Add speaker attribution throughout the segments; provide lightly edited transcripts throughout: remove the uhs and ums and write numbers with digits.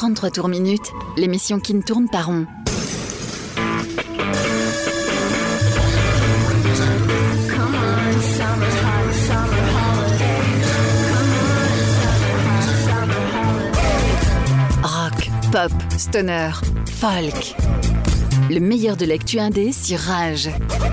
Speaker 1: 33 tours minutes, l'émission qui ne tourne pas rond. Rock, pop, stoner, folk. Le meilleur de l'actu indé sur Rage.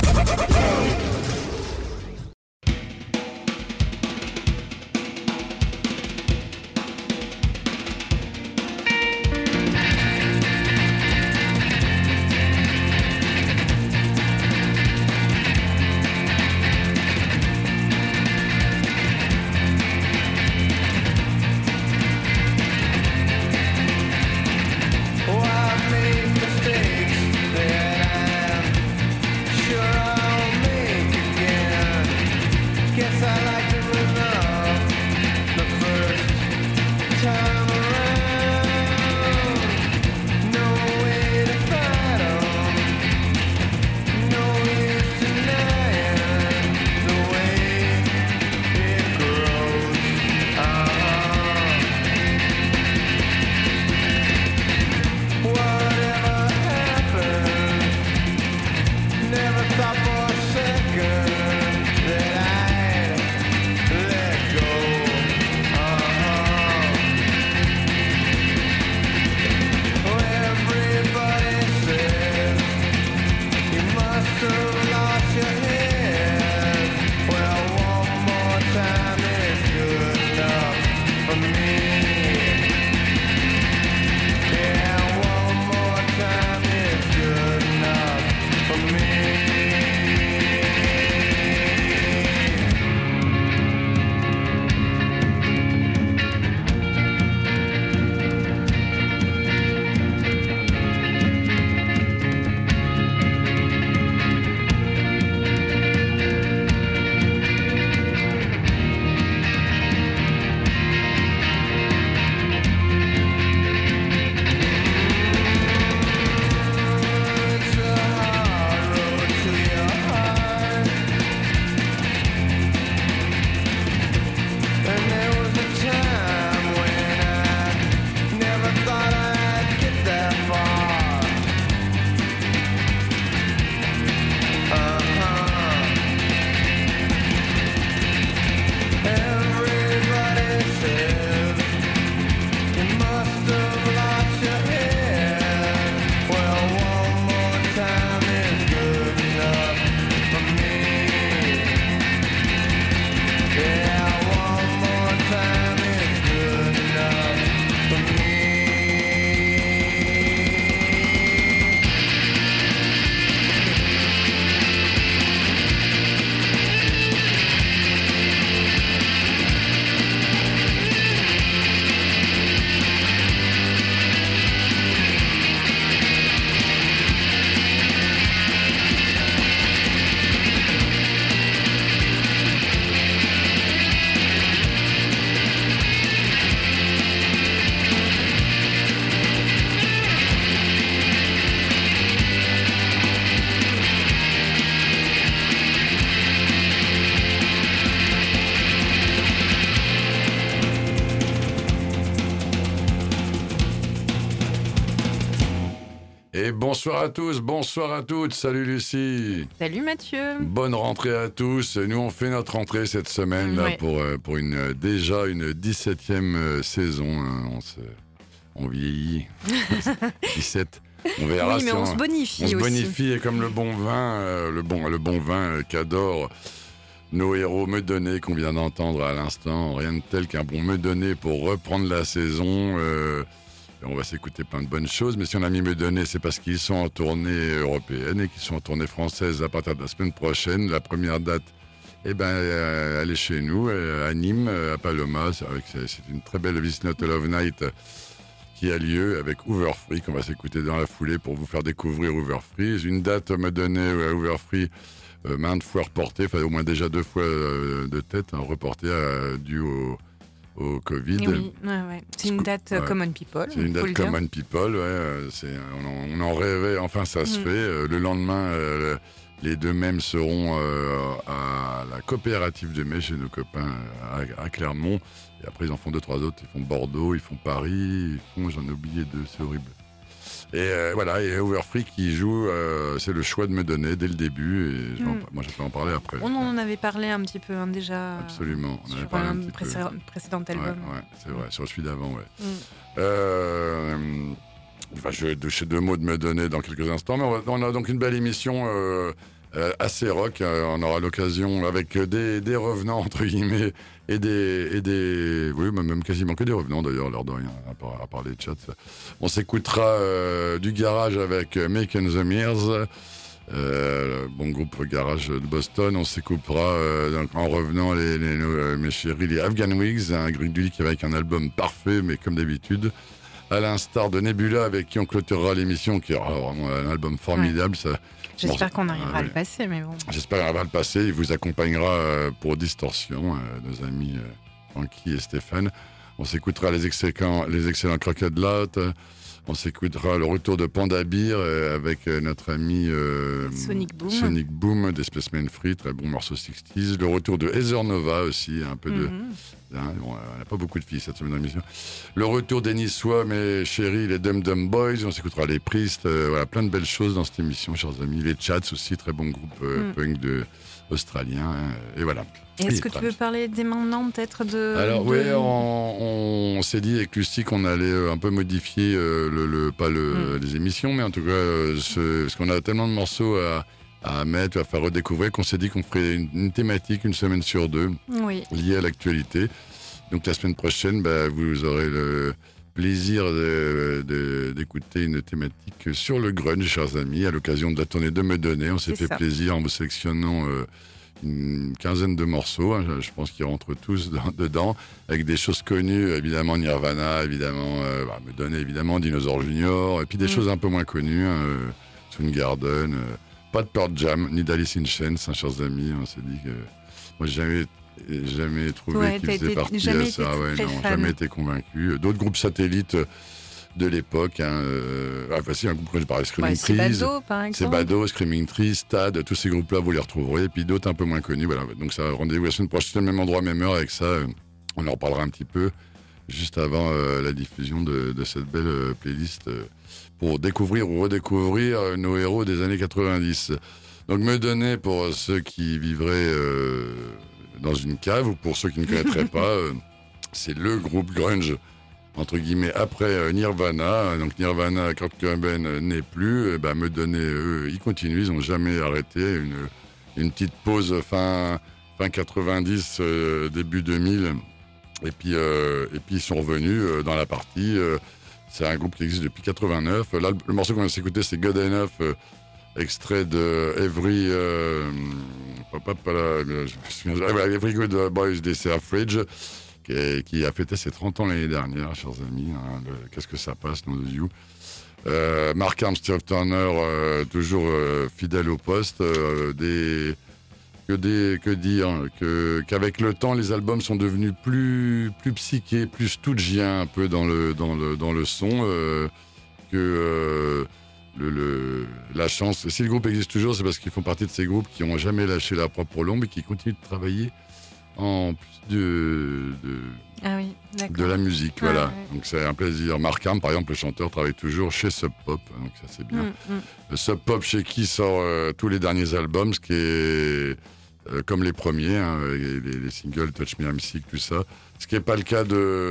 Speaker 2: Bonsoir à tous, bonsoir à toutes, salut Lucie.
Speaker 3: Salut Mathieu.
Speaker 2: Bonne rentrée à tous. Nous on fait notre rentrée cette semaine là, pour déjà une 17e saison. Hein. On vieillit. 17. On verra
Speaker 3: oui, mais on se bonifie aussi.
Speaker 2: On se bonifie et comme le bon vin, le bon vin qu'adorent nos héros meudonnais qu'on vient d'entendre à l'instant. Rien de tel qu'un bon meudonné pour reprendre la saison. On va s'écouter plein de bonnes choses, mais si on a mis Meudonné, c'est parce qu'ils sont en tournée européenne et qu'ils sont en tournée française à partir de la semaine prochaine. La première date, elle est chez nous, à Nîmes, à Paloma. C'est une très belle This Not a Love Night qui a lieu avec Overfree, qu'on va s'écouter dans la foulée pour vous faire découvrir Overfree. Une date Meudonné à Overfree, maintes fois reportée, enfin au moins déjà 2 fois de tête, reportée dû au Covid.
Speaker 3: Oui, ouais. C'est une date Common People.
Speaker 2: C'est une date Common People, on en rêvait, enfin ça se fait. Le lendemain, Les deux mêmes seront à la coopérative de mai chez nos copains à Clermont. Et après, ils en font 2-3 autres. Ils font Bordeaux, ils font Paris, j'en ai oublié 2, c'est horrible. Et voilà, et Overfree qui joue, c'est le choix de me donner dès le début. Et moi, je peux en parler après.
Speaker 3: On en avait parlé un petit peu déjà.
Speaker 2: Absolument. On avait
Speaker 3: sur
Speaker 2: parlé
Speaker 3: un
Speaker 2: petit
Speaker 3: précédent album.
Speaker 2: Ouais, c'est vrai, sur celui d'avant, ouais. Je vais toucher 2 mots de me donner dans quelques instants, mais on a donc une belle émission assez rock. On aura l'occasion avec des revenants, entre guillemets, et des oui, même quasiment que des revenants d'ailleurs, l'heure de rien, à part les chats. On s'écoutera du garage avec Make and the Mears, bon groupe garage de Boston. On s'écoutera donc, en revenant mes chéris, les Afghan Wigs, un Greg Dully avec un album parfait, mais comme d'habitude. À l'instar de Nebula, avec qui on clôturera l'émission, qui aura vraiment un album formidable.
Speaker 3: Ouais. J'espère qu'on arrivera à le passer, mais bon.
Speaker 2: J'espère qu'on arrivera à le passer. Il vous accompagnera pour Distorsion, nos amis Francky et Stéphane. On s'écoutera les excellents Crooked Lot. On s'écoutera le retour de Panda Beer avec notre ami Sonic Boom des Spaceman Free, très bon morceau 60s. Le retour de Heather Nova aussi, un peu de... on n'a pas beaucoup de filles cette semaine dans l'émission. Le retour des Niçois, mes chéris, les Dum Dum Boys. On s'écoutera les Priest. Voilà, plein de belles choses dans cette émission, chers amis. Les Chats aussi, très bon groupe punk australien. Et voilà.
Speaker 3: Et est-ce que tu veux parler dès maintenant peut-être de...
Speaker 2: Alors oui, on s'est dit avec Lucie qu'on allait un peu modifier les émissions, mais en tout cas, parce qu'on a tellement de morceaux à mettre, à faire redécouvrir, qu'on s'est dit qu'on ferait une thématique une semaine sur 2, liée à l'actualité. Donc la semaine prochaine, vous aurez le plaisir d'écouter une thématique sur le grunge, chers amis, à l'occasion de la tournée de Me Donner. On s'est fait plaisir en vous sélectionnant une quinzaine de morceaux, je pense qu'ils rentrent tous dedans, avec des choses connues, évidemment Nirvana, évidemment Me Donner, évidemment Dinosaur Junior, et puis des choses un peu moins connues, Soundgarden, pas de Pearl Jam, ni d'Alice in Chains, chers amis. On s'est dit que moi j'ai jamais trouvé qu'ils faisaient partie de ça, jamais été convaincu. D'autres groupes satellites de l'époque, un groupe que je parlais, Screaming Trees,
Speaker 3: Bado, par exemple.
Speaker 2: C'est Bado, Screaming Trees, Stad, tous ces groupes-là vous les retrouverez, et puis d'autres un peu moins connus. Voilà. Donc ça, rendez-vous la semaine prochaine, même endroit, même heure. Avec ça, on en reparlera un petit peu juste avant la diffusion de cette belle playlist pour découvrir ou redécouvrir nos héros des années 90. Donc Me Donner pour ceux qui vivraient dans une cave, ou pour ceux qui ne connaîtraient pas, c'est le groupe grunge entre guillemets après Nirvana. Donc Nirvana, Kurt Cobain n'est plus, Me Donner, eux, ils continuent, ils n'ont jamais arrêté. Une petite pause fin 90, début 2000, et puis ils sont revenus dans la partie. C'est un groupe qui existe depuis 89. Là, le morceau qu'on vient de s'écouter, c'est God Enough, extrait de Every Good Boys des Suffrage, qui a fêté ses 30 ans l'année dernière, chers amis. Qu'est-ce que ça passe, nom de Dieu. Mark Armstrong Turner, toujours fidèle au poste. Que dire qu'avec le temps, les albums sont devenus plus psychés, plus stoudgiens un peu dans le son. La chance, si le groupe existe toujours, c'est parce qu'ils font partie de ces groupes qui n'ont jamais lâché la propre lombe et qui continuent de travailler en plus de la musique. Voilà. Ouais. Donc c'est un plaisir. Mark Arm, par exemple, le chanteur, travaille toujours chez Sub Pop, donc ça c'est bien. Sub Pop, chez qui sort tous les derniers albums, ce qui est comme les premiers, les singles Touch Me I'm Sick, tout ça. Ce qui n'est pas le cas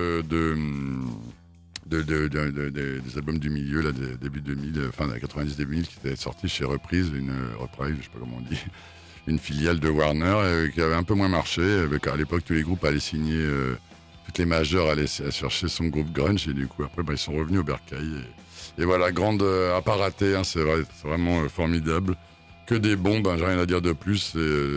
Speaker 2: des albums du milieu, là, début 2000, fin 90, début 2000, qui étaient sortis chez Reprise, Reprise, je sais pas comment on dit, une filiale de Warner, qui avait un peu moins marché. À l'époque, tous les groupes allaient signer, toutes les majeures allaient chercher son groupe grunge, et du coup, après, ils sont revenus au bercail. Et voilà, grande à pas rater, c'est vrai, c'est vraiment formidable. Que des bombes, j'ai rien à dire de plus.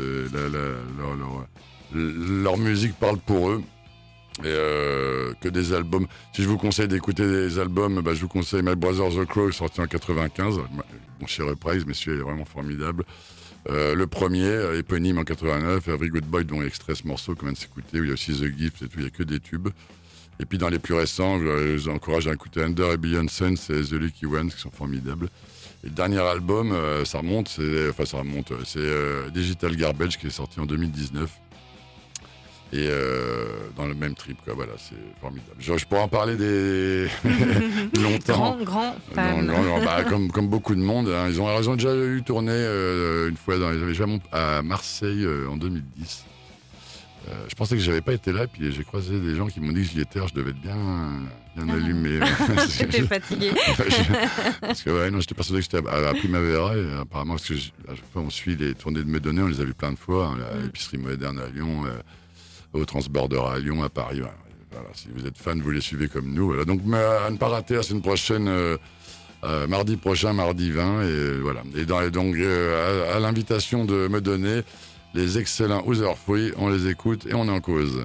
Speaker 2: Leur musique parle pour eux. Et que des albums. Si je vous conseille d'écouter des albums, je vous conseille My Brother the Crow, sorti en 95. Bon, chez Reprise, mais celui-là est vraiment formidable. Le premier, éponyme en 89, Every Good Boy, dont extrait ce morceau qu'on vient de s'écouter, où il y a aussi The Gift et tout, il n'y a que des tubes. Et puis dans les plus récents, je vous encourage à écouter Under et Beyond Sun, c'est The Lucky Ones qui sont formidables. Et le dernier album, ça remonte, c'est Digital Garbage qui est sorti en 2019. Et dans le même trip, quoi. Voilà, c'est formidable. Je pourrais en parler longtemps.
Speaker 3: Grand fan.
Speaker 2: Comme beaucoup de monde. Hein. Ils ont déjà eu tourné une fois, ils avaient déjà monté à Marseille en 2010. Je pensais que j'avais pas été là, puis j'ai croisé des gens qui m'ont dit que j'y étais, alors je devais être bien allumé.
Speaker 3: J'étais fatigué.
Speaker 2: Parce que j'étais persuadé que j'étais à Primavera, et apparemment, parce que à chaque fois on suit les tournées de Meudonné, on les a vues plein de fois, à l'épicerie moderne à Lyon, au Transborder à Lyon, à Paris. Voilà, si vous êtes fan, vous les suivez comme nous. Voilà. Donc à ne pas rater la semaine prochaine, mardi prochain, mardi 20, et voilà. Et donc à l'invitation de Meudonné, les excellents Other Free, on les écoute et on en cause.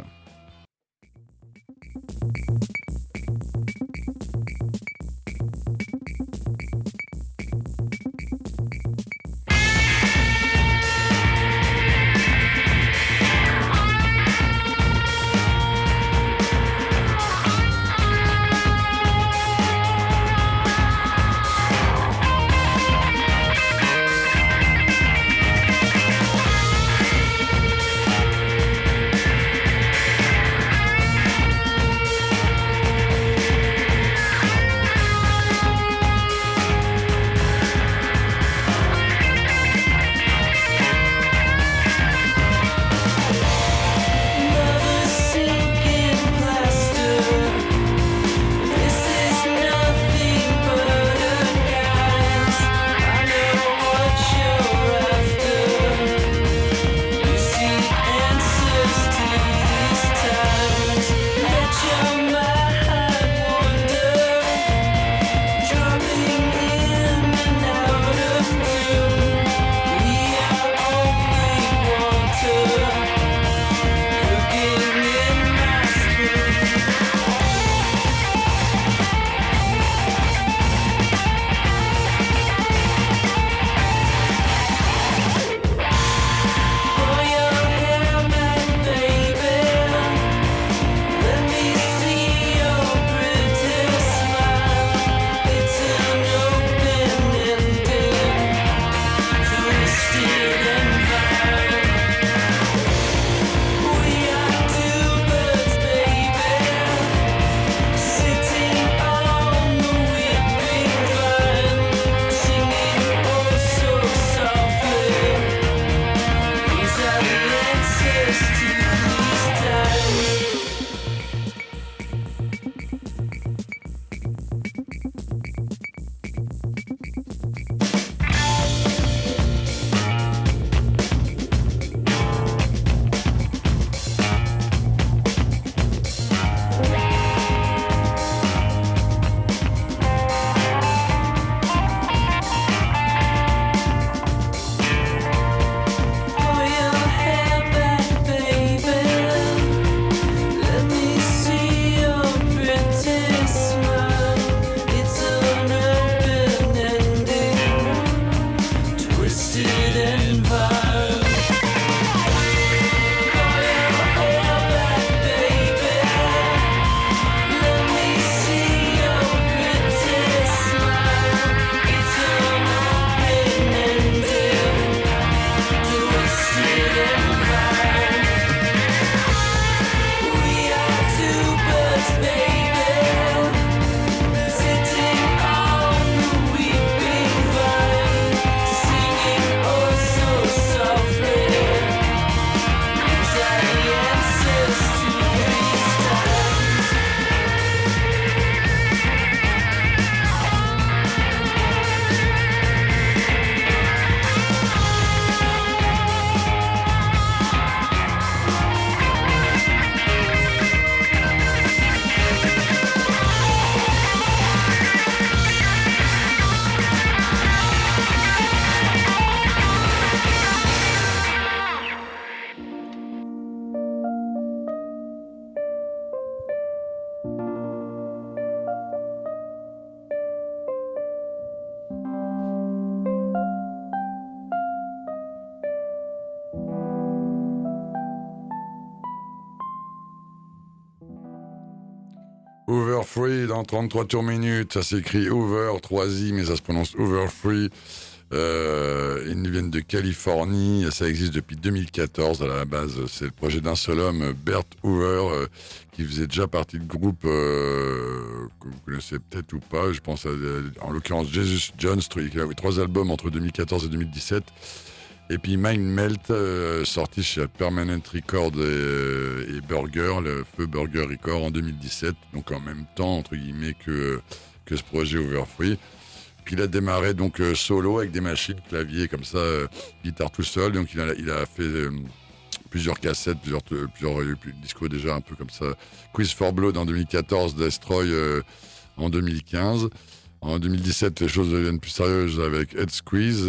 Speaker 2: Over Free dans 33 tours minutes. Ça s'écrit Over, 3i, mais ça se prononce Over Free. Ils viennent de Californie. Ça existe depuis 2014. À la base, c'est le projet d'un seul homme, Bert Hoover, qui faisait déjà partie de groupe que vous connaissez peut-être ou pas. Je pense en l'occurrence Jesus Jones, qui a eu 3 albums entre 2014 et 2017. Et puis Mind Melt, sorti chez Permanent Record et Burger, le feu Burger Record en 2017. Donc en même temps, entre guillemets, que ce projet Overfree. Puis il a démarré donc solo avec des machines, clavier comme ça, guitare tout seul. Donc il a fait plusieurs cassettes, plusieurs discos déjà un peu comme ça. Quiz for Blood en 2014, Destroy en 2015. En 2017, les choses deviennent plus sérieuses avec Head Squeeze.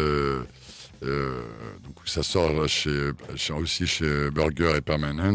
Speaker 2: Donc ça sort aussi chez Burger et Permanent.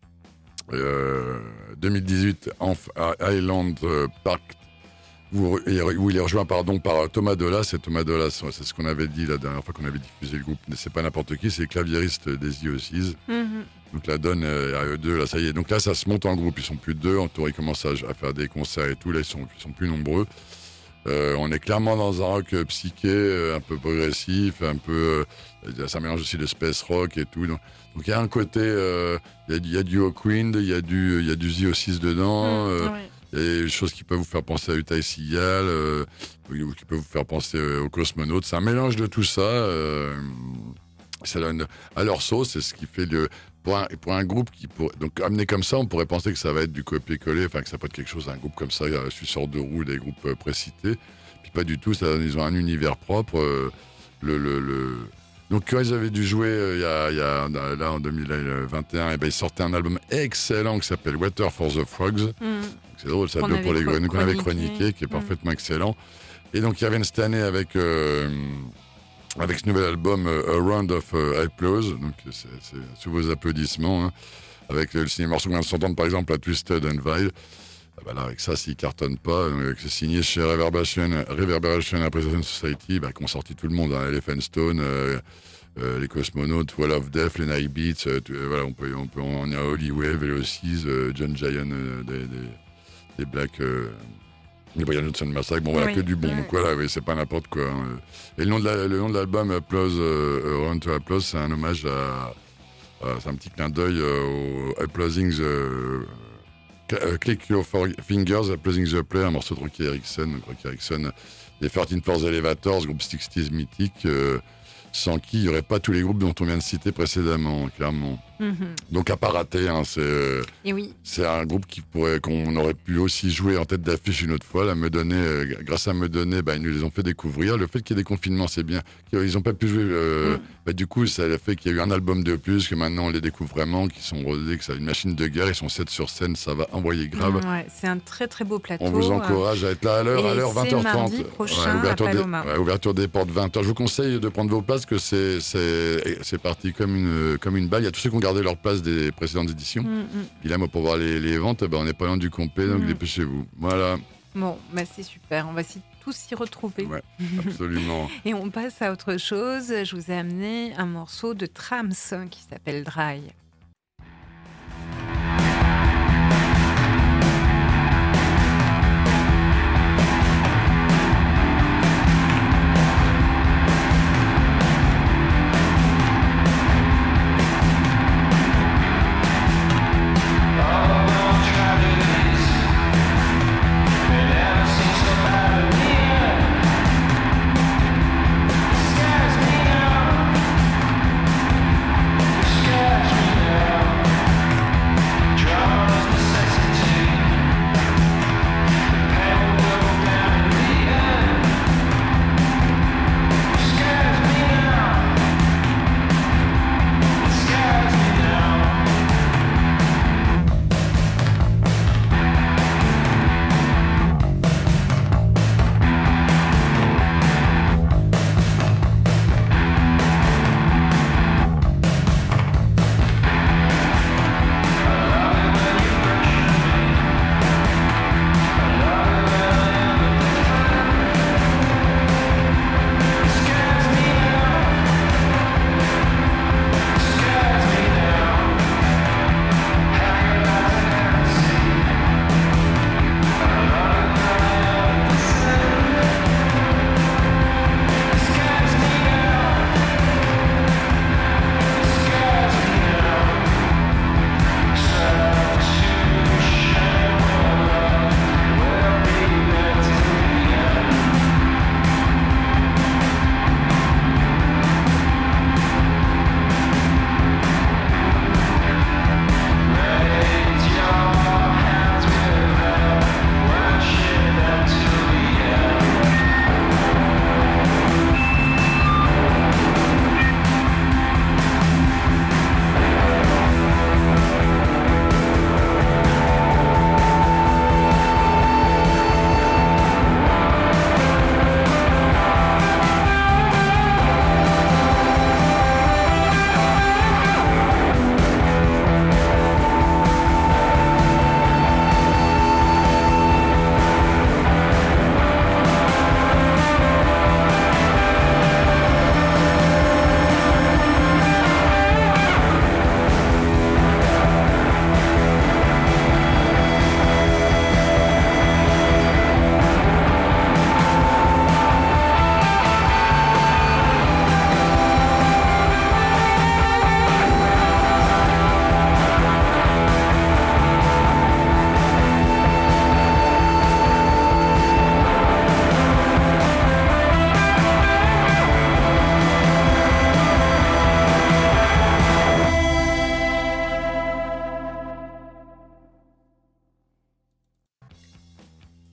Speaker 2: 2018, Island Park, où il est rejoint par Thomas Dolas. C'est Thomas Dolas, c'est ce qu'on avait dit la dernière fois qu'on avait diffusé le groupe. C'est pas n'importe qui, c'est le claviériste des EOCs. Donc la donne à eux deux, là ça y est. Donc là ça se monte en groupe, ils sont plus de 2. En tour, ils commencent à faire des concerts et tout. Là ils sont plus nombreux. On est clairement dans un rock psyché, un peu progressif, un peu. Ça mélange aussi de space rock et tout. Donc il y a un côté, il y a du Hawkwind, il y a du The Ossis dedans. Il y a des choses qui peuvent vous faire penser à Utah Seagal, ou qui peuvent vous faire penser aux Cosmonautes. C'est un mélange de tout ça. Ça donne à leur sauce, c'est ce qui fait pour un groupe donc amené comme ça, on pourrait penser que ça va être du copier-coller, enfin que ça peut être quelque chose, un groupe comme ça, suceur de roue des groupes précités. Puis pas du tout, ils ont un univers propre. Donc quand ils avaient dû jouer là en 2021, et ben ils sortaient un album excellent qui s'appelle Water for the Frogs. C'est drôle, ça pour les grenouilles qu'on avait chroniqué, qui est parfaitement excellent. Et donc ils reviennent cette année avec ce nouvel album A Round of Applause, donc c'est sous vos applaudissements, hein, avec le signé morceau qu'on vient de s'entendre par exemple à Twisted and Vile. Là, avec ça, s'il ne cartonne pas, c'est signé chez Reverberation Appreciation Society, qui ont sorti tout le monde, hein, Elephant Stone, les Cosmonautes, Wall of Death, les Night Beats, on a Holy Wave, les Ossis, John Giant des Black... les Brian Johnson Massacre, que du bon. Donc voilà, c'est pas n'importe quoi. Hein. Et le nom de l'album, Applause, Run to Applause, c'est un hommage c'est un petit clin d'œil au Applausing Click Your Fingers, Applausing the Play, un morceau de Rocky Erickson. Rocky Erickson, des 13 Floors Elevators, groupe 60s mythique, sans qui il n'y aurait pas tous les groupes dont on vient de citer précédemment, clairement. Donc à pas rater, hein, c'est un groupe qu'on aurait pu aussi jouer en tête d'affiche une autre fois. Grâce à Me Donner, ils nous les ont fait découvrir. Le fait qu'il y ait des confinements, c'est bien. Ils n'ont pas pu jouer. Du coup, ça a fait qu'il y a eu un album de plus, que maintenant on les découvre vraiment, qu'ils sont rodés, que c'est une machine de guerre. Ils sont 7 sur scène, ça va envoyer grave.
Speaker 3: C'est un très très beau plateau.
Speaker 2: On vous encourage à être là à l'heure 20h30.
Speaker 3: Mardi prochain,
Speaker 2: ouverture des portes 20h. Je vous conseille de prendre vos places, que c'est parti comme une balle. Il y a tous ceux qui ont gardé leur place des précédentes éditions. Puis là, pour voir les ventes, on n'est pas loin du complet, donc dépêchez-vous. Voilà.
Speaker 3: Bon, c'est super. On va tous s'y retrouver.
Speaker 2: Ouais, absolument.
Speaker 3: Et on passe à autre chose. Je vous ai amené un morceau de Trams qui s'appelle Dry.
Speaker 4: Scares me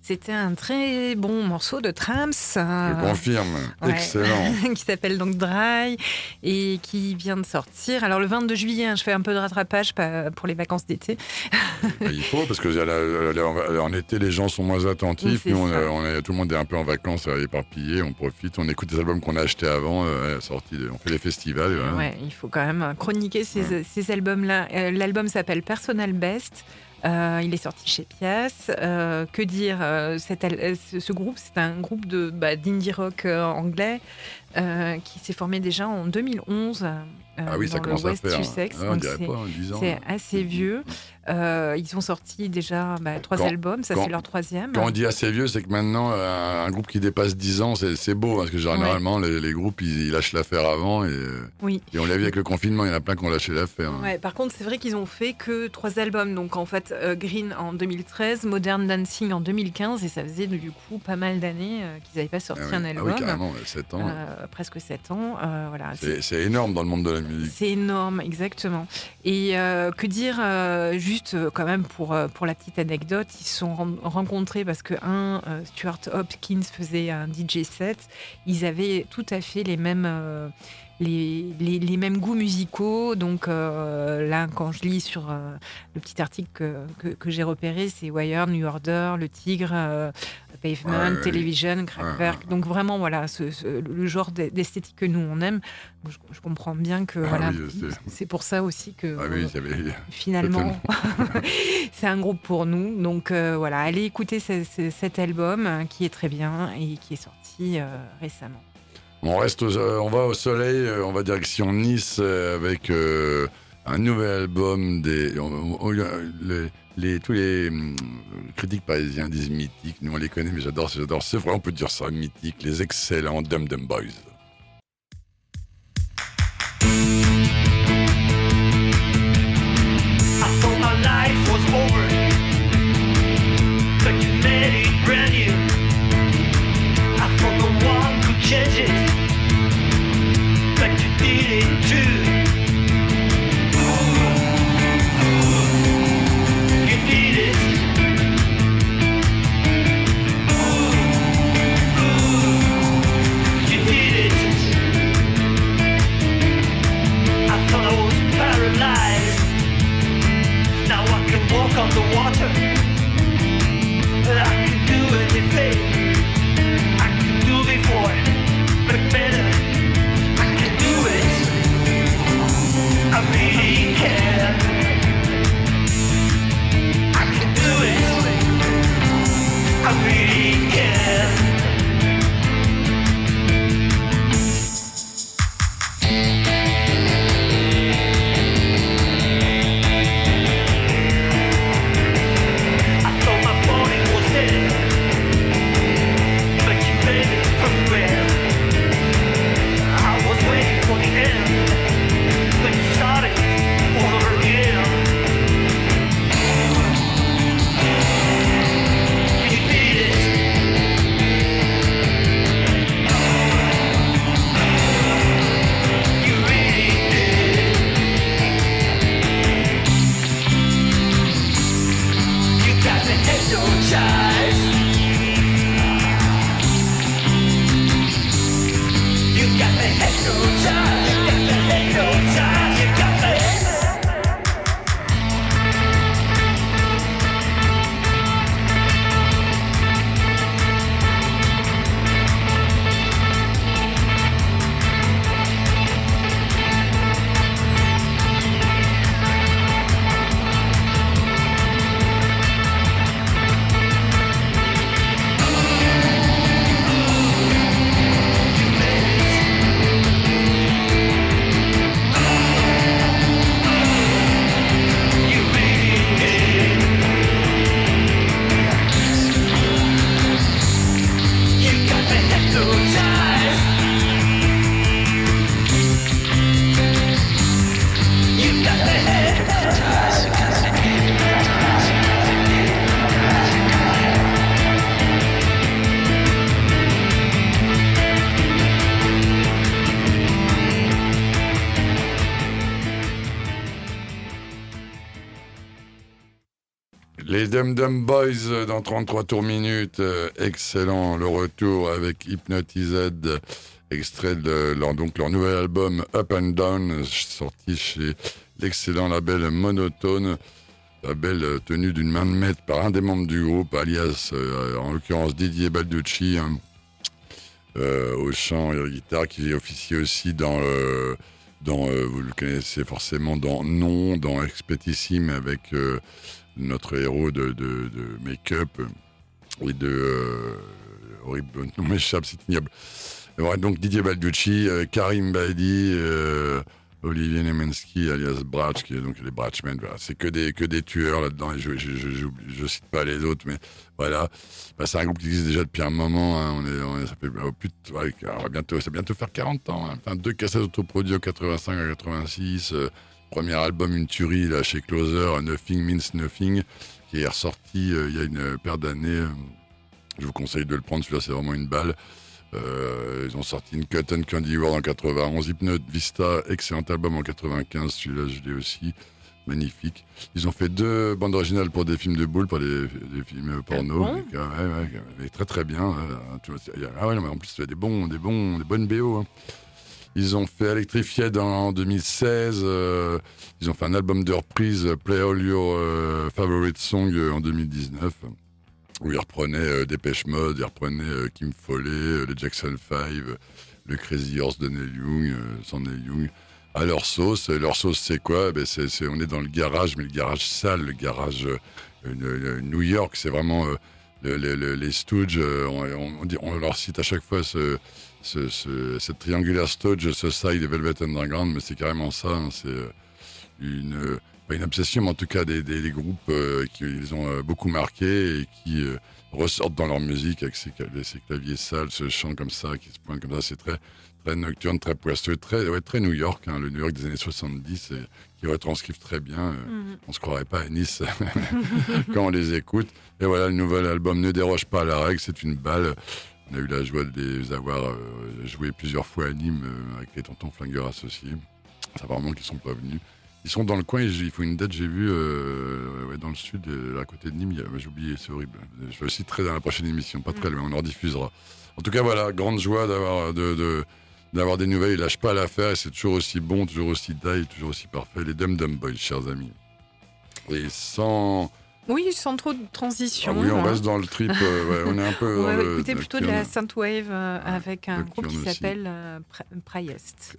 Speaker 3: C'était un très bon morceau de Trams.
Speaker 2: Je confirme, excellent.
Speaker 3: Qui s'appelle donc Dry et qui vient de sortir. Alors le 22 juillet, je fais un peu de rattrapage pour les vacances d'été.
Speaker 2: Il faut, parce que en été, les gens sont moins attentifs. Nous, tout le monde est un peu en vacances éparpillé, on profite, on écoute des albums qu'on a achetés avant, on fait les festivals. Voilà.
Speaker 3: Ouais, il faut quand même chroniquer ces albums-là. L'album s'appelle Personal Best. Il est sorti chez Pias. Que dire, ce groupe, c'est un groupe d'indie rock anglais qui s'est formé déjà en 2011
Speaker 2: ça
Speaker 3: dans le West Sussex.
Speaker 2: On dirait pas, 10 ans.
Speaker 3: C'est assez vieux. Ils ont sorti déjà 3 albums, c'est leur 3e.
Speaker 2: Quand on dit assez vieux, c'est que maintenant, un groupe qui dépasse 10 ans, c'est beau, parce que généralement, les groupes, ils lâchent l'affaire avant. Et on l'a vu avec le confinement, il y en a plein qui ont lâché l'affaire.
Speaker 3: Ouais, par contre, c'est vrai qu'ils ont fait que 3 albums. Donc, en fait, Green en 2013, Modern Dancing en 2015, et ça faisait du coup pas mal d'années qu'ils n'avaient pas sorti un album.
Speaker 2: Ah oui, carrément, 7 ans.
Speaker 3: Presque 7 ans. Voilà.
Speaker 2: C'est énorme dans le monde de la musique.
Speaker 3: C'est énorme, exactement. Et que dire, juste quand même pour la petite anecdote, ils se sont rencontrés parce que Stuart Hopkins faisait un DJ set. Ils avaient tout à fait les mêmes goûts musicaux. Donc là, quand je lis sur le petit article que j'ai repéré, c'est Wired, New Order, Le Tigre, Pavement, Television, Kraftwerk. Donc vraiment, voilà, le genre d'esthétique que nous, on aime. Je comprends bien que c'est pour ça aussi que finalement, c'est un groupe pour nous. Donc voilà, allez écouter cet album qui est très bien et qui est sorti récemment.
Speaker 2: On va au soleil, on va direction Nice avec un nouvel album tous les critiques parisiens disent mythiques. Nous on les connaît, mais j'adore. C'est vrai, on peut dire ça, mythique. Les excellents Dum Dum Boys.
Speaker 4: You did it.
Speaker 2: Les Dum Dum Boys dans 33 tours minutes, excellent, le retour avec Hypnotized, extrait de leur nouvel album Up and Down, sorti chez l'excellent label Monotone, label tenu d'une main de maître par un des membres du groupe, alias en l'occurrence Didier Balducci, au chant et à la guitare, qui officie aussi dans vous le connaissez forcément, dans Non, dans Expétissime avec notre héros de make-up et de horrible nom m'échappe, c'est ignoble. Ouais, donc Didier Balducci, Karim Badi, Olivier Nemensky alias Bratch, qui est donc les Bratchmen. Voilà. C'est que des tueurs là-dedans et je cite pas les autres, mais voilà. Bah, c'est un groupe qui existe déjà depuis un moment. Hein. Ça fait ça va bientôt faire 40 ans. Hein. Enfin, 2 cassettes autoproduites en 85 à 86. Premier album, une tuerie là, chez Closer, Nothing Means Nothing, qui est ressorti il y a une paire d'années. Je vous conseille de le prendre, celui-là c'est vraiment une balle. Ils ont sorti une Cotton Candy World en 91, Hypnote Vista, excellent album en 95, celui-là je l'ai aussi, magnifique. Ils ont fait 2 bandes originales pour des films de boules, pour des films porno, ouais, très très bien. Ah ouais, non, mais en plus il y a des bonnes BO. Hein. Ils ont fait Electrified en 2016, ils ont fait un album de reprise, Play All Your Favorite Song en 2019. Où ils reprenaient Dépêche Mode, ils reprenaient Kim Foley, les Jackson 5, le Crazy Horse de Neil Young, sans Neil Young, à leur sauce. Leur sauce, c'est quoi ? On est dans le garage, mais le garage sale, le garage New York, c'est vraiment les Stooges. On leur cite à chaque fois cette triangulaire Stooges Society Velvet Underground, mais c'est carrément ça. Hein, c'est pas une obsession, mais en tout cas des groupes qui les ont beaucoup marqués et qui ressortent dans leur musique avec ces claviers sales, ce chant comme ça, qui se pointe comme ça. C'est très, très nocturne, très poisseux, très New York, hein, le New York des années 70, et qui retranscrivent très bien. On se croirait pas à Nice quand on les écoute. Et voilà, le nouvel album Ne déroge pas à la règle, c'est une balle. On a eu la joie de les avoir joués plusieurs fois à Nîmes avec les Tontons Flingueurs associés. Ça fait vraiment qu'ils sont pas venus. Ils sont dans le coin, il faut une date, j'ai vu, dans le sud, à côté de Nîmes, j'ai oublié, c'est horrible. Je le citerai dans la prochaine émission, pas très loin, on en diffusera. En tout cas, voilà, grande joie d'avoir des nouvelles, ils lâchent pas l'affaire, et c'est toujours aussi bon, toujours aussi toujours aussi parfait. Les Dum Dum Boys, chers amis. Et sans...
Speaker 3: Oui, sans trop de transition.
Speaker 2: Ah oui, on reste dans le trip, on est un peu...
Speaker 3: On va écouter plutôt de la synthwave avec un groupe qui s'appelle Priest.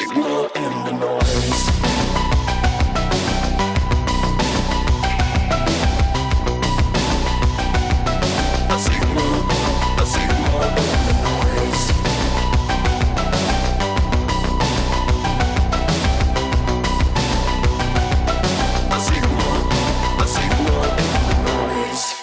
Speaker 4: signal in the noise. A signal in the noise. A signal in the noise.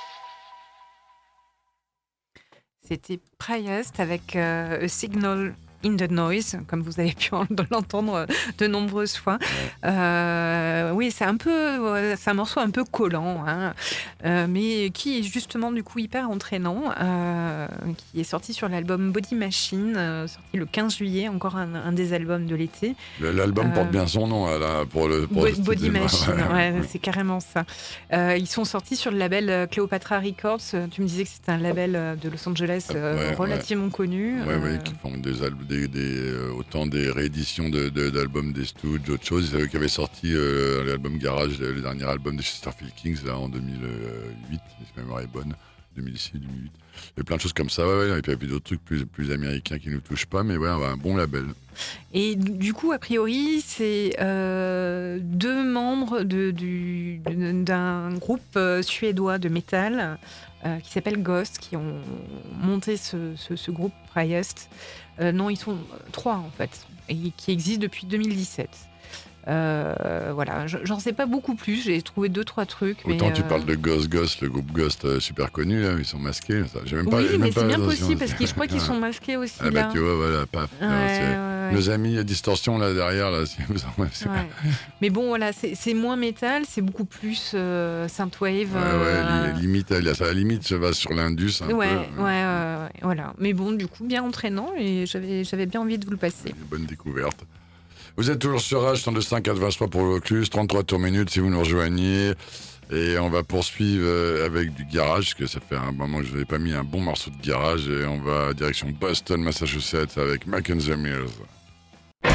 Speaker 3: C'était Priest avec A Signal in the Noise, comme vous avez pu l'entendre de nombreuses fois. Oui, c'est un morceau un peu collant, hein, mais qui est justement du coup hyper entraînant, qui est sorti sur l'album Body Machine, sorti le 15 juillet, encore un des albums de l'été.
Speaker 2: L'album porte bien son nom pour
Speaker 3: Body Machine,
Speaker 2: ouais.
Speaker 3: C'est carrément ça. Ils sont sortis sur le label Cleopatra Records. Tu me disais que c'était un label de Los Angeles relativement connu.
Speaker 2: Oui, qui font des albums. Autant des rééditions d'albums des Stooges, autre chose. Ils avaient sorti l'album Garage, le dernier album de Chesterfield Kings là, en 2008, si ma mémoire est bonne, 2006, 2008. Il y a plein de choses comme ça, et puis il y a d'autres trucs plus américains qui ne nous touchent pas, mais un bon label.
Speaker 3: Et du coup, a priori, c'est deux membres d'un groupe suédois de métal qui s'appelle Ghost, qui ont monté ce groupe Priest. Non, ils sont 3 en fait, et qui existent depuis 2017. Voilà, j'en sais pas beaucoup plus, j'ai trouvé 2-3 trucs.
Speaker 2: Autant tu parles de Ghost, le groupe Ghost super connu, là, ils sont masqués. Ça. J'ai même
Speaker 3: oui,
Speaker 2: pas,
Speaker 3: mais c'est bien possible, parce que je crois qu'ils sont masqués aussi.
Speaker 2: Ah bah tu vois, voilà, paf. Nos amis à Distorsion là derrière, là, si vous en...
Speaker 3: Mais bon, voilà, c'est moins métal, c'est beaucoup plus synthwave.
Speaker 2: Limite, à la limite, ça va sur l'Indus un peu.
Speaker 3: Voilà. Mais bon, du coup, bien entraînant, et j'avais bien envie de vous le passer.
Speaker 2: Une bonne découverte. Vous êtes toujours sur Rage 102.5 83 pour le Vaucluse, 33 tours minutes si vous nous rejoignez. Et on va poursuivre avec du garage, parce que ça fait un moment que je n'avais pas mis un bon morceau de garage. Et on va direction Boston, Massachusetts, avec Mac and the Mills.
Speaker 4: Come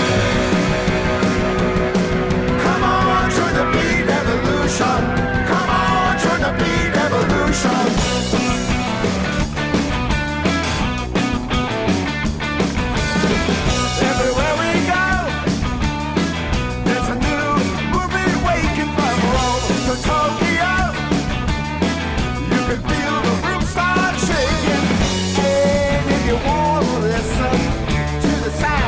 Speaker 4: on, join the beat evolution. Come on, join the beat evolution. Everywhere we go, there's a new movie waking from Rome to Tokyo. You can feel the room start shaking. And if you want to listen to the sound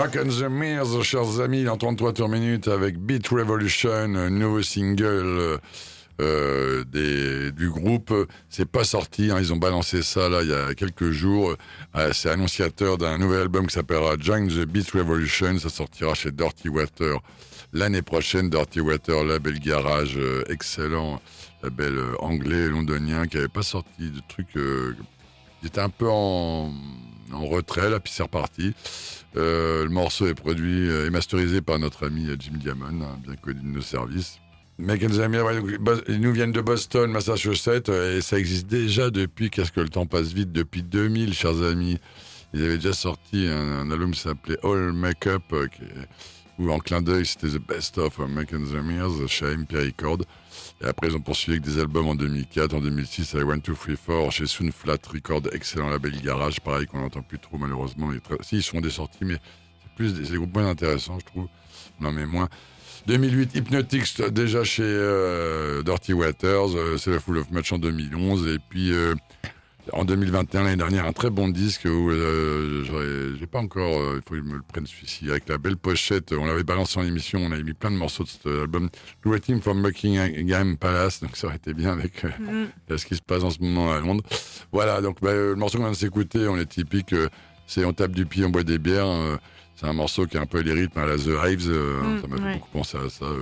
Speaker 2: Smoke and the Mirrors, chers amis, en 33 tours minutes avec Beat Revolution, nouveau single du groupe. C'est pas sorti, hein, ils ont balancé ça là il y a quelques jours. C'est annonciateur d'un nouvel album qui s'appellera Join the Beat Revolution. Ça sortira chez Dirty Water l'année prochaine. Dirty Water, label garage excellent, label anglais, londonien, qui avait pas sorti de trucs. Il était un peu en retrait là, puis c'est reparti. Le morceau est produit et masterisé par notre ami Jim Diamond, hein, bien connu de nos services. Make and the Mirror, ils nous viennent de Boston, Massachusetts, et ça existe déjà depuis, qu'est-ce que le temps passe vite, depuis 2000, chers amis. Ils avaient déjà sorti un album qui s'appelait All Make-up, où en clin d'œil, c'était The Best of Make and the Mirrors chez MP Records. Et après, ils ont poursuivi avec des albums en 2004, en 2006, avec 1, 2, 3, 4, chez Soon Flat Records, excellent label garage, pareil qu'on n'entend plus trop malheureusement. Si, ils sont des sorties, mais c'est des groupes moins intéressants, je trouve. Non, mais moins. 2008, Hypnotics, déjà chez Dirty Waters, c'est la Full of Match en 2011, et puis en 2021, l'année dernière, un très bon disque où j'ai pas encore, il faut que je me le prenne celui-ci, avec la belle pochette, on l'avait balancé en émission, on avait mis plein de morceaux de cet album, Waiting for Buckingham Palace, donc ça aurait été bien avec ce qui se passe en ce moment à Londres. Voilà, donc le morceau qu'on vient de s'écouter, on est typique, c'est on tape du pied, on boit des bières, c'est un morceau qui a un peu les rythmes à la The Hives, ça m'a fait beaucoup penser à ça.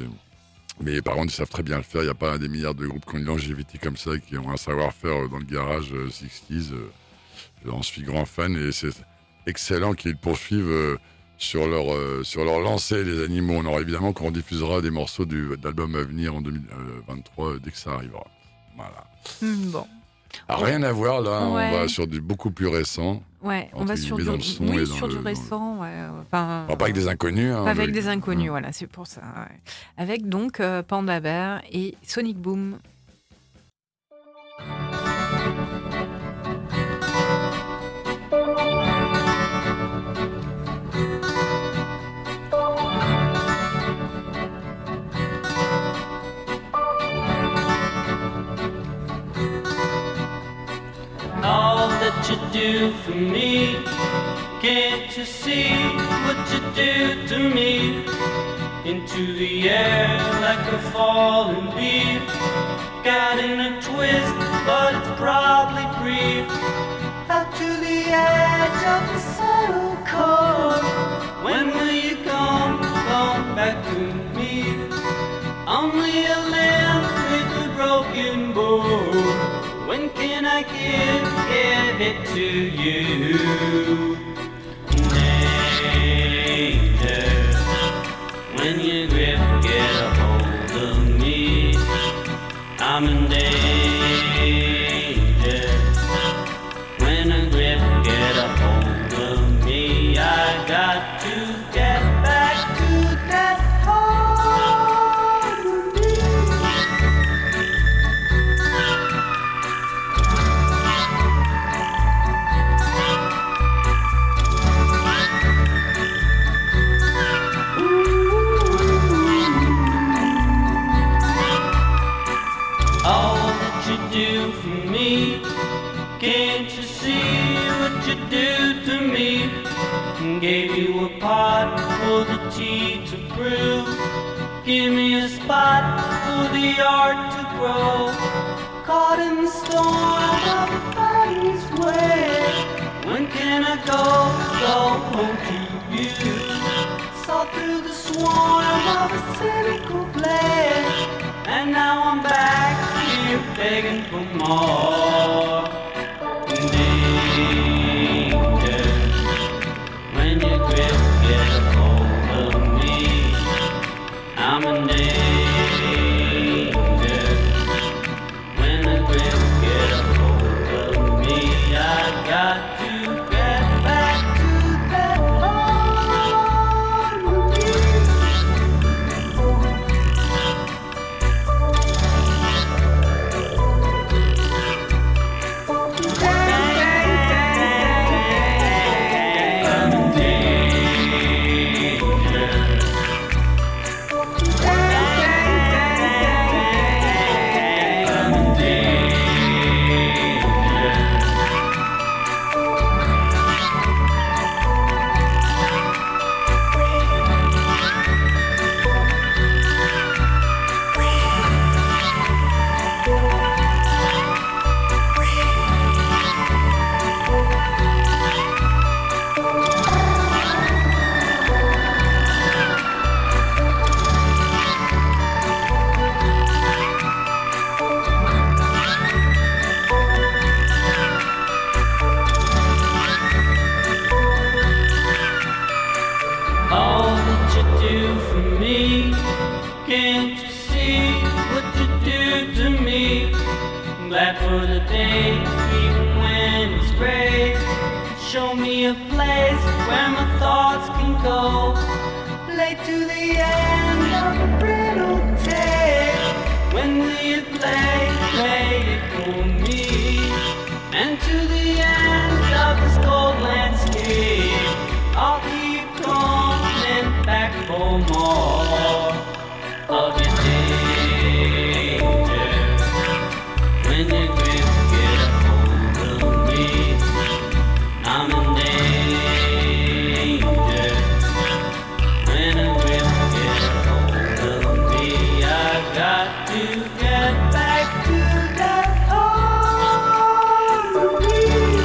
Speaker 2: Mais par contre, ils savent très bien le faire. Il n'y a pas des milliards de groupes qui ont une longévité comme ça, qui ont un savoir-faire dans le garage 60s. J'en suis grand fan et c'est excellent qu'ils poursuivent sur leur lancée, les animaux. On aura évidemment qu'on diffusera des morceaux d'albums à venir en 2023 dès que ça arrivera. Voilà.
Speaker 3: Bon.
Speaker 2: Alors, rien à voir là, on va sur du beaucoup plus récent.
Speaker 3: Ouais, on va sur du récent. Enfin,
Speaker 2: pas avec des inconnus. Hein,
Speaker 3: pas avec des inconnus, voilà, c'est pour ça. Ouais. Avec donc Panda Bear et Sonic Boom.
Speaker 5: What you do for me? Can't you see what you do to me? Into the air like a falling leaf, got in a twist, but it's probably brief. Out to the edge of the subtle chord. When will you come back to me? Only a limb with a broken board. When can I give it to you? Danger, when your grip get a hold of me, I'm in danger. When a grip get a hold of me, I got to get back to that do for me? Can't you see what you do to me? Gave you a pot for the tea to brew. Give me a spot for the art to grow. Caught in the storm of a body's way. When can I go home to you? Saw through the swarm of a cynical blade, and now I'm back here begging for more. Danger, when your grip get a hold of me, I'm in danger. When the grip get a hold of me, I got to get back to that glad for the day, even when it's gray. Show me a place where my thoughts can go. Late to the end of a brittle tale. When will you play it for me? And to the end of this cold landscape, I'll keep coming back for more of your danger. When your grip get a hold of me, I'm in danger. When a grip get a hold of me, I got to get back to that hold of me.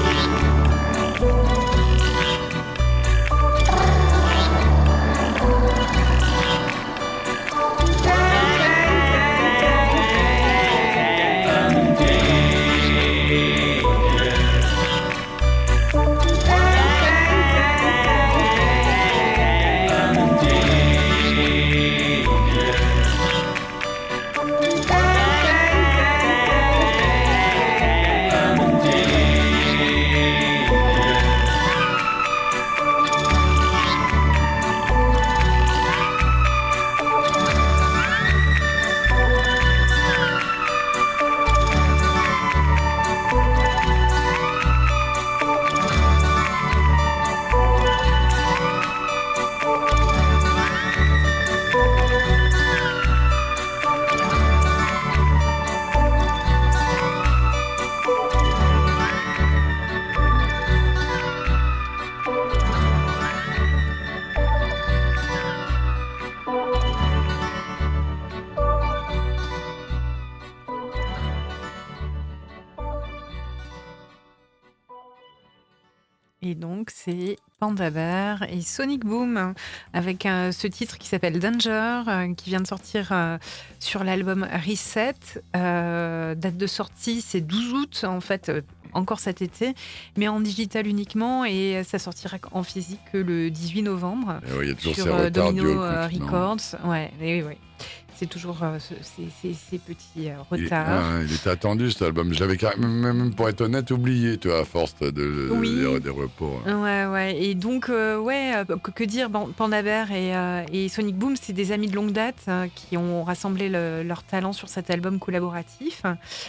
Speaker 3: Et donc, c'est Panda Bear et Sonic Boom avec ce titre qui s'appelle Danger, qui vient de sortir sur l'album Reset. Date de sortie, c'est 12 août, en fait, encore cet été, mais en digital uniquement, et ça sortira en physique que le 18 novembre.
Speaker 2: Il y a toujours ces
Speaker 3: sur
Speaker 2: retards
Speaker 3: Domino
Speaker 2: dus au confinement.
Speaker 3: Records. Ouais, oui. C'est toujours ces petits retards.
Speaker 2: Il était attendu cet album. Je l'avais même, pour être honnête, oublié, tu vois, à force des repos.
Speaker 3: Ouais. Et donc, que dire, Panda Bear et Sonic Boom, c'est des amis de longue date qui ont rassemblé leur talent sur cet album collaboratif.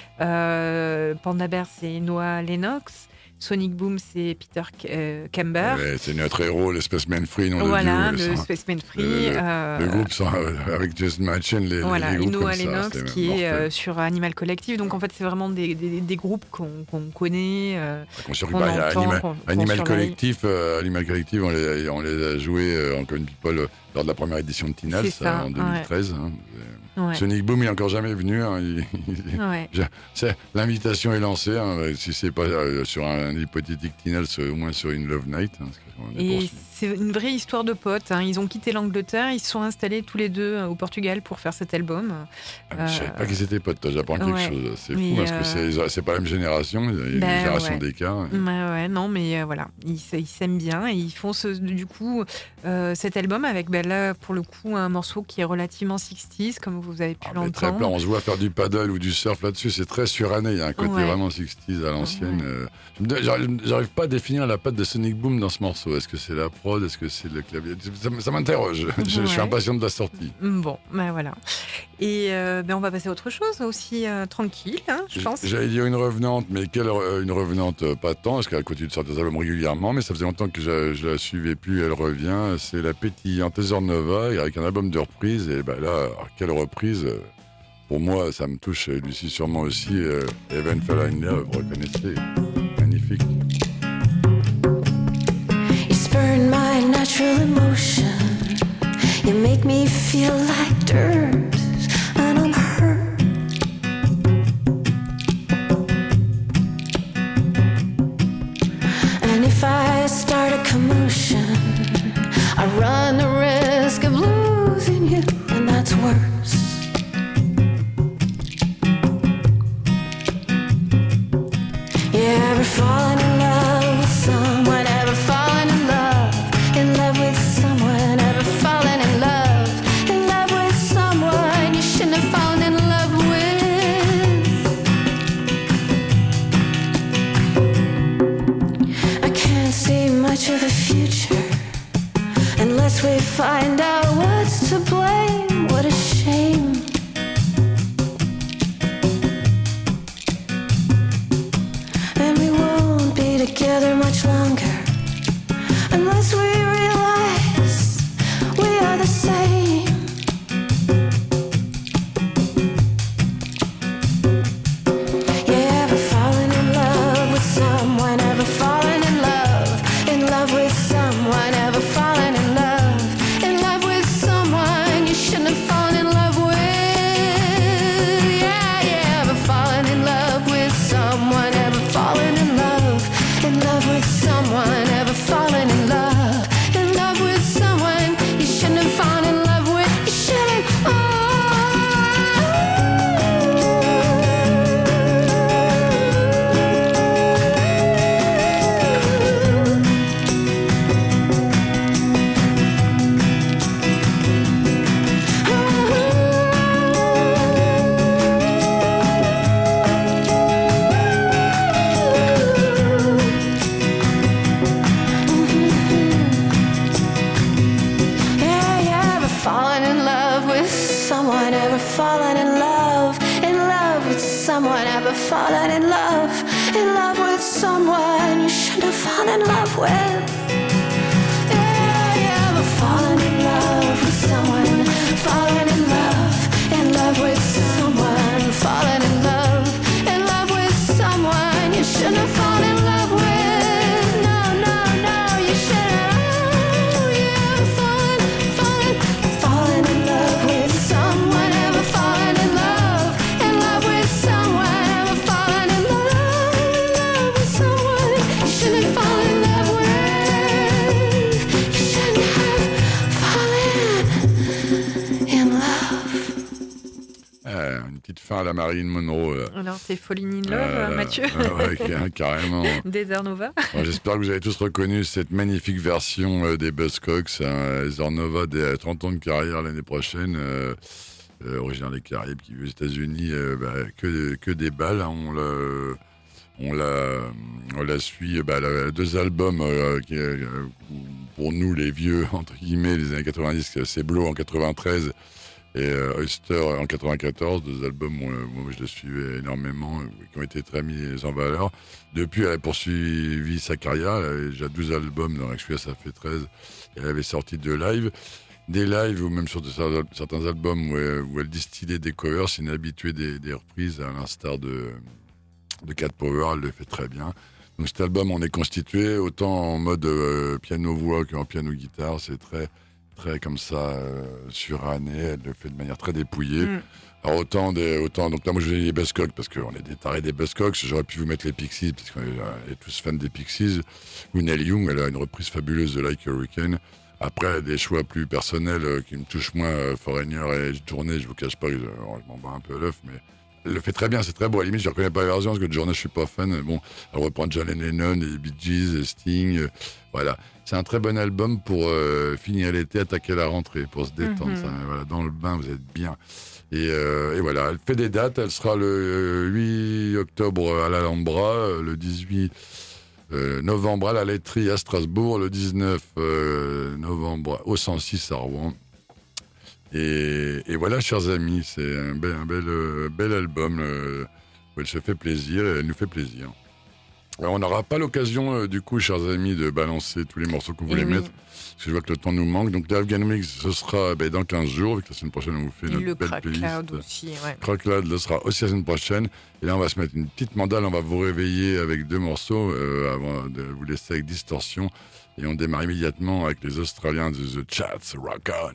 Speaker 3: Panda Bear, c'est Noah Lennox. Sonic Boom, c'est Peter Camber.
Speaker 2: Ouais, c'est notre héros, le Spaceman Free. Non,
Speaker 3: voilà,
Speaker 2: le
Speaker 3: Spaceman Free.
Speaker 2: Le groupe avec Jason Machen, les groupes
Speaker 3: Noah
Speaker 2: comme ça.
Speaker 3: Lennox qui est sur Animal Collective. Donc en fait, c'est vraiment des groupes qu'on connaît.
Speaker 2: Animal Collective, on les a joués en Common People lors de la première édition de Tinal en 2013.
Speaker 3: Ouais.
Speaker 2: Sonic Boom, il n'est encore jamais venu. L'invitation est lancée. Si c'est pas sur un hypothétique Tinal, au moins sur une Love Night.
Speaker 3: Et c'est une vraie histoire de potes. Ils ont quitté l'Angleterre, ils se sont installés tous les deux au Portugal pour faire cet album.
Speaker 2: Je ne savais pas qu'ils étaient potes. J'apprends quelque chose. C'est fou parce que c'est pas la même génération. Il y a une génération d'écart.
Speaker 3: Non, mais voilà, ils s'aiment bien et ils font cet album avec là pour le coup un morceau qui est relativement 60s comme vous avez pu l'entendre.
Speaker 2: Très plat. On se voit faire du paddle ou du surf là-dessus. C'est très suranné. Il y a un côté vraiment 60s à l'ancienne. J'arrive pas à définir la patte de Sonic Boom dans ce morceau. Est-ce que c'est la prod? Est-ce que c'est le clavier? Ça m'interroge. Je suis impatient de la sortie.
Speaker 3: Bon, voilà. Et on va passer à autre chose aussi tranquille, je pense.
Speaker 2: J'allais dire une revenante, mais une revenante pas tant, parce qu'elle continue de sortir des albums régulièrement, mais ça faisait longtemps que je la suivais plus. Elle revient. C'est la pétillante Heather Nova avec un album de reprise. Et là, quelle reprise! Pour moi, ça me touche. Lucie sûrement aussi. Heaven Fell in Love, reconnaissez. Magnifique.
Speaker 6: Burn my natural emotion. You make me feel like dirt, and I'm hurt. And if I start a commotion, I run the risk of losing you, and that's worse. You ever fallen in love with someone? Ever fallen in love with someone? Ever fallen in love with someone? much longer unless we realize we are the same. Yeah, ever fallen in love with someone? Ever fallen in love with someone? Ever fallen in love with someone you shouldn't have fallen in love with? Yeah, ever fallen in love with someone? Ever fallen in love with someone? Ever fallen in love with someone you shouldn't have fallen in love with? You shouldn't. Yeah, ever fallen in love with someone? Ever fallen in love with someone? Ever fallen in love with someone you shouldn't have fallen in love with? Yeah, ever fallen in love with someone? Fallen in love with someone? Fallen in love with someone you shouldn't have fallen in love with? No, you shouldn't. Oh, yeah, fallen in love with someone. Ever fallen in love with someone? Ever fallen in love with someone you shouldn't have fallen in love with? You shouldn't have fallen in love.
Speaker 2: Une petite fin à la Marilyn Monroe. Là.
Speaker 3: Alors, c'est Falling in Love, Mathieu.
Speaker 2: Ouais, carrément.
Speaker 3: Heather Nova.
Speaker 2: Bon, j'espère que vous avez tous reconnu cette magnifique version des Buzzcocks. Heather Nova, des 30 ans de carrière l'année prochaine, originaire des Caraïbes, qui vit aux États-Unis, que des balles. Hein, on la suit, elle a 2 albums qui, pour nous les vieux, entre guillemets, les années 90, c'est Blow en 93 et Oyster en 94, 2 albums où moi je la suivais énormément, qui ont été très mis en valeur. Depuis, elle a poursuivi sa carrière, elle avait déjà 12 albums, dans celui-là ça fait 13, elle avait sorti 2 lives. Des lives ou même sur certains albums où elle distillait des covers, c'est une habituée des reprises, à l'instar de Cat Power, elle le fait très bien. Donc cet album, on est constitué autant en mode piano-voix qu'en piano-guitare, c'est très comme ça, suranné, elle le fait de manière très dépouillée. Alors autant, donc là moi je vous ai dit les Buzzcocks parce qu'on est des tarés des Buzzcocks, j'aurais pu vous mettre les Pixies parce qu'on est tous fans des Pixies, ou Neil Young, elle a une reprise fabuleuse de Like a Hurricane. Après, des choix plus personnels qui me touchent moins, Foreigner et Journée, je vous cache pas que je m'en bats un peu l'œuf, mais elle le fait très bien, c'est très beau. À la limite, je ne reconnais pas la version parce que Journée, je suis pas fan. Bon, elle reprend John Lennon, les Bee Gees, Sting, voilà. C'est un très bon album pour finir l'été, attaquer la rentrée, pour se détendre. Ça, voilà, dans le bain, vous êtes bien. Et voilà, elle fait des dates. Elle sera le 8 octobre à l'Alhambra, le 18 novembre à la Laiterie à Strasbourg, le 19 novembre au 106 à Rouen. Et voilà, chers amis, c'est un bel album où elle se fait plaisir et elle nous fait plaisir. Alors, on n'aura pas l'occasion, du coup, chers amis, de balancer tous les morceaux qu'on voulait mettre, parce que je vois que le temps nous manque. Donc, l'Afghan Mix, ce sera dans 15 jours, vu que la semaine prochaine, on vous fait notre belle playlist. Le Crack Cloud aussi, ouais. Crack Cloud, le sera aussi la semaine prochaine. Et là, on va se mettre une petite mandale, on va vous réveiller avec 2 morceaux, avant de vous laisser avec Distorsion. Et on démarre immédiatement avec les Australiens de The Chats, Rock On.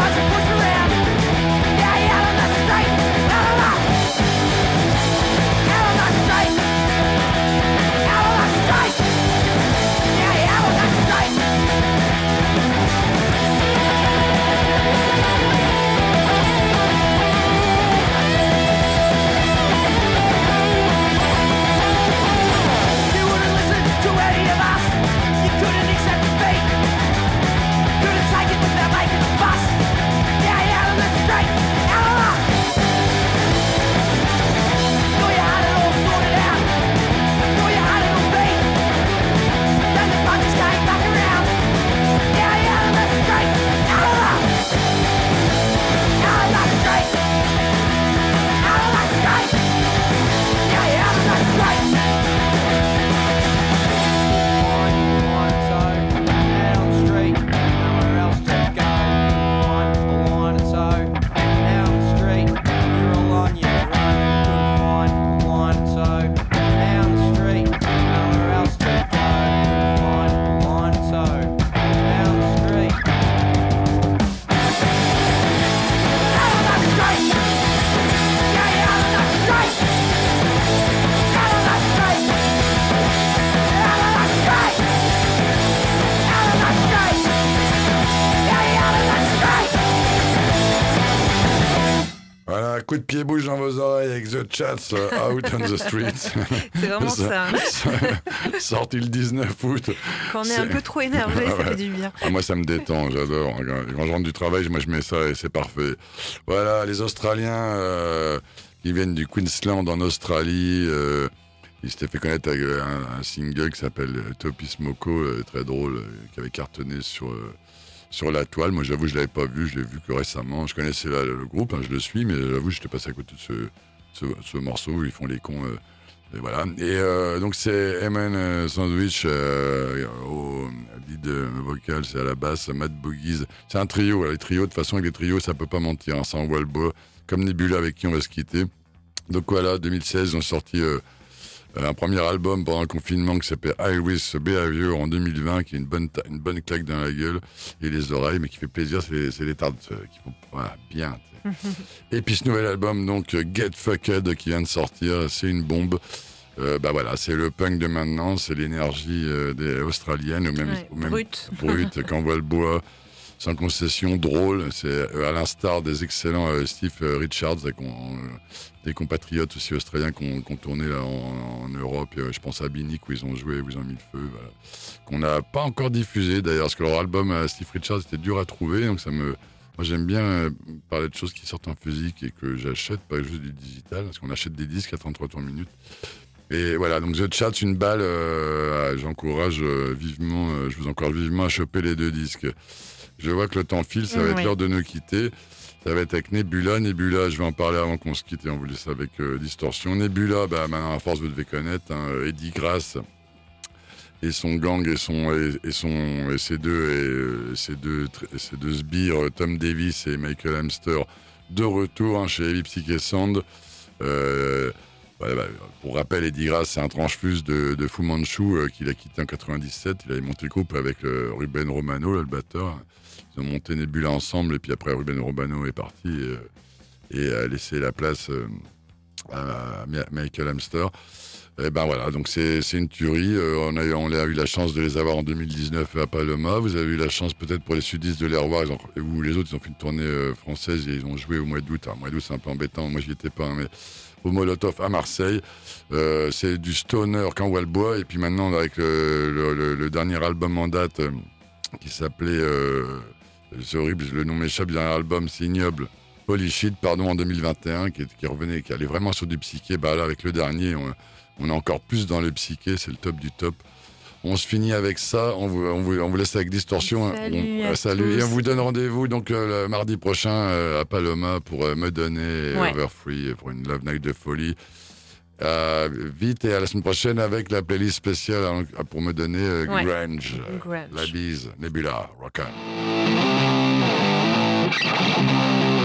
Speaker 4: Yeah,
Speaker 2: coup de pied bouge dans vos oreilles avec The Chats, Out on the Streets.
Speaker 3: C'est vraiment ça.
Speaker 2: Sorti le 19 août.
Speaker 3: Quand on est un peu trop énervé, ça fait du bien.
Speaker 2: Ah, moi, ça me détend, j'adore. Quand je rentre du travail, moi, je mets ça et c'est parfait. Voilà, les Australiens qui viennent du Queensland en Australie. Ils s'étaient fait connaître avec un single qui s'appelle Topi Smoko, très drôle, qui avait cartonné sur la toile. Moi, j'avoue, je l'avais pas vu, je l'ai vu que récemment. Je connaissais le groupe, je le suis, mais j'avoue, j'étais passé à côté de ce morceau où ils font les cons. Et voilà. Et donc, c'est Eman Sandwich au lead vocal, c'est à la basse, Matt Boogies. C'est un trio. Les trios, de toute façon, avec les trios, ça peut pas mentir. Ça envoie le bois. Comme Nebula, avec qui on va se quitter. Donc voilà, 2016, ils ont sorti un premier album pendant le confinement qui s'appelle Iris Behavior en 2020, qui est une bonne claque dans la gueule et les oreilles, mais qui fait plaisir, c'est les tartes qui font bien. Et puis ce nouvel album, donc Get Fucked, qui vient de sortir, c'est une bombe. Voilà, c'est le punk de maintenant, c'est l'énergie des Australiennes, au même brut, quand on voit le bois, sans concession, drôle. C'est à l'instar des excellents Steve Richards, des compatriotes aussi australiens qui ont tourné là, en Europe. Je pense à Binic où ils ont joué, où ils ont mis le feu, voilà. Qu'on n'a pas encore diffusé d'ailleurs, parce que leur album Steve Richards était dur à trouver, donc moi j'aime bien parler de choses qui sortent en physique et que j'achète, pas juste du digital, parce qu'on achète des disques à 33 tours minutes. Et voilà, donc The Chat, une balle, j'encourage vivement, je vous encourage vivement à choper les 2 disques. Je vois que le temps file, ça va être l'heure de nous quitter. Ça va être avec Nebula. Nebula, je vais en parler avant qu'on se quitte et on vous laisse avec Distorsion. Nebula, maintenant à force vous devez connaître, Eddie Grass et son gang et ses deux sbires, Tom Davis et Michael Hamster, de retour chez Heavy Psyche Sound. Pour rappel, Eddie Grass, c'est un tranche-plus de Fu Manchu qu'il a quitté en 97. Il avait monté le groupe avec Ruben Romano, le batteur. Ils ont monté Nebula ensemble et puis après Ruben Romano est parti et a laissé la place à Michael Hamster. Et voilà, donc c'est une tuerie. On a eu la chance de les avoir en 2019 à Paloma. Vous avez eu la chance peut-être pour les sudistes de les revoir. Ou les autres, ils ont fait une tournée française et ils ont joué au mois d'août. Alors, mois d'août, c'est un peu embêtant. Moi, j'y étais pas, mais au Molotov à Marseille. C'est du stoner quand on voit le bois. Et puis maintenant, avec le dernier album en date qui s'appelait... c'est horrible, le nom m'échappe, il y a un album, c'est ignoble. Polyshit, en 2021, qui revenait, qui allait vraiment sur du psyché. Là, avec le dernier, on est encore plus dans le psyché, c'est le top du top. On se finit avec ça, on vous laisse avec Distorsion. Salut. Et on vous donne rendez-vous donc le mardi prochain à Paloma pour me donner Overfree pour une Love Night de folie. Vite et à la semaine prochaine avec la playlist spéciale pour me donner Grunge. La bise, Nebula, rock on.